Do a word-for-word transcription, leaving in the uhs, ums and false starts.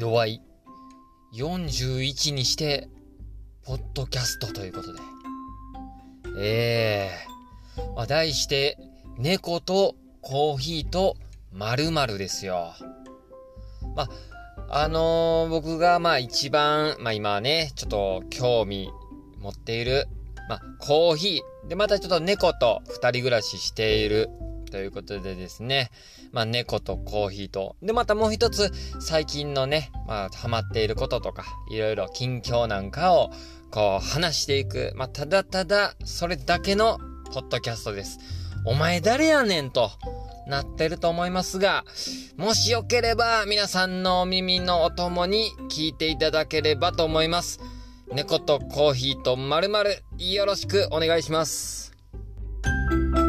弱いよんじゅういちにしてポッドキャストということで、えー、まあ、題して猫とコーヒーと〇〇ですよ。まああのー、僕がまあ一番まあ今ねちょっと興味持っているまあコーヒーで、またちょっと猫と二人暮らししているということでですね、まあ猫とコーヒーと、でまたもう一つ最近のね、まあハマっていることとか、いろいろ近況なんかをこう話していく、まあただただそれだけのポッドキャストです。お前誰やねんとなってると思いますが、もしよければ皆さんのお耳のお供に聞いていただければと思います。猫とコーヒーと〇〇よろしくお願いします。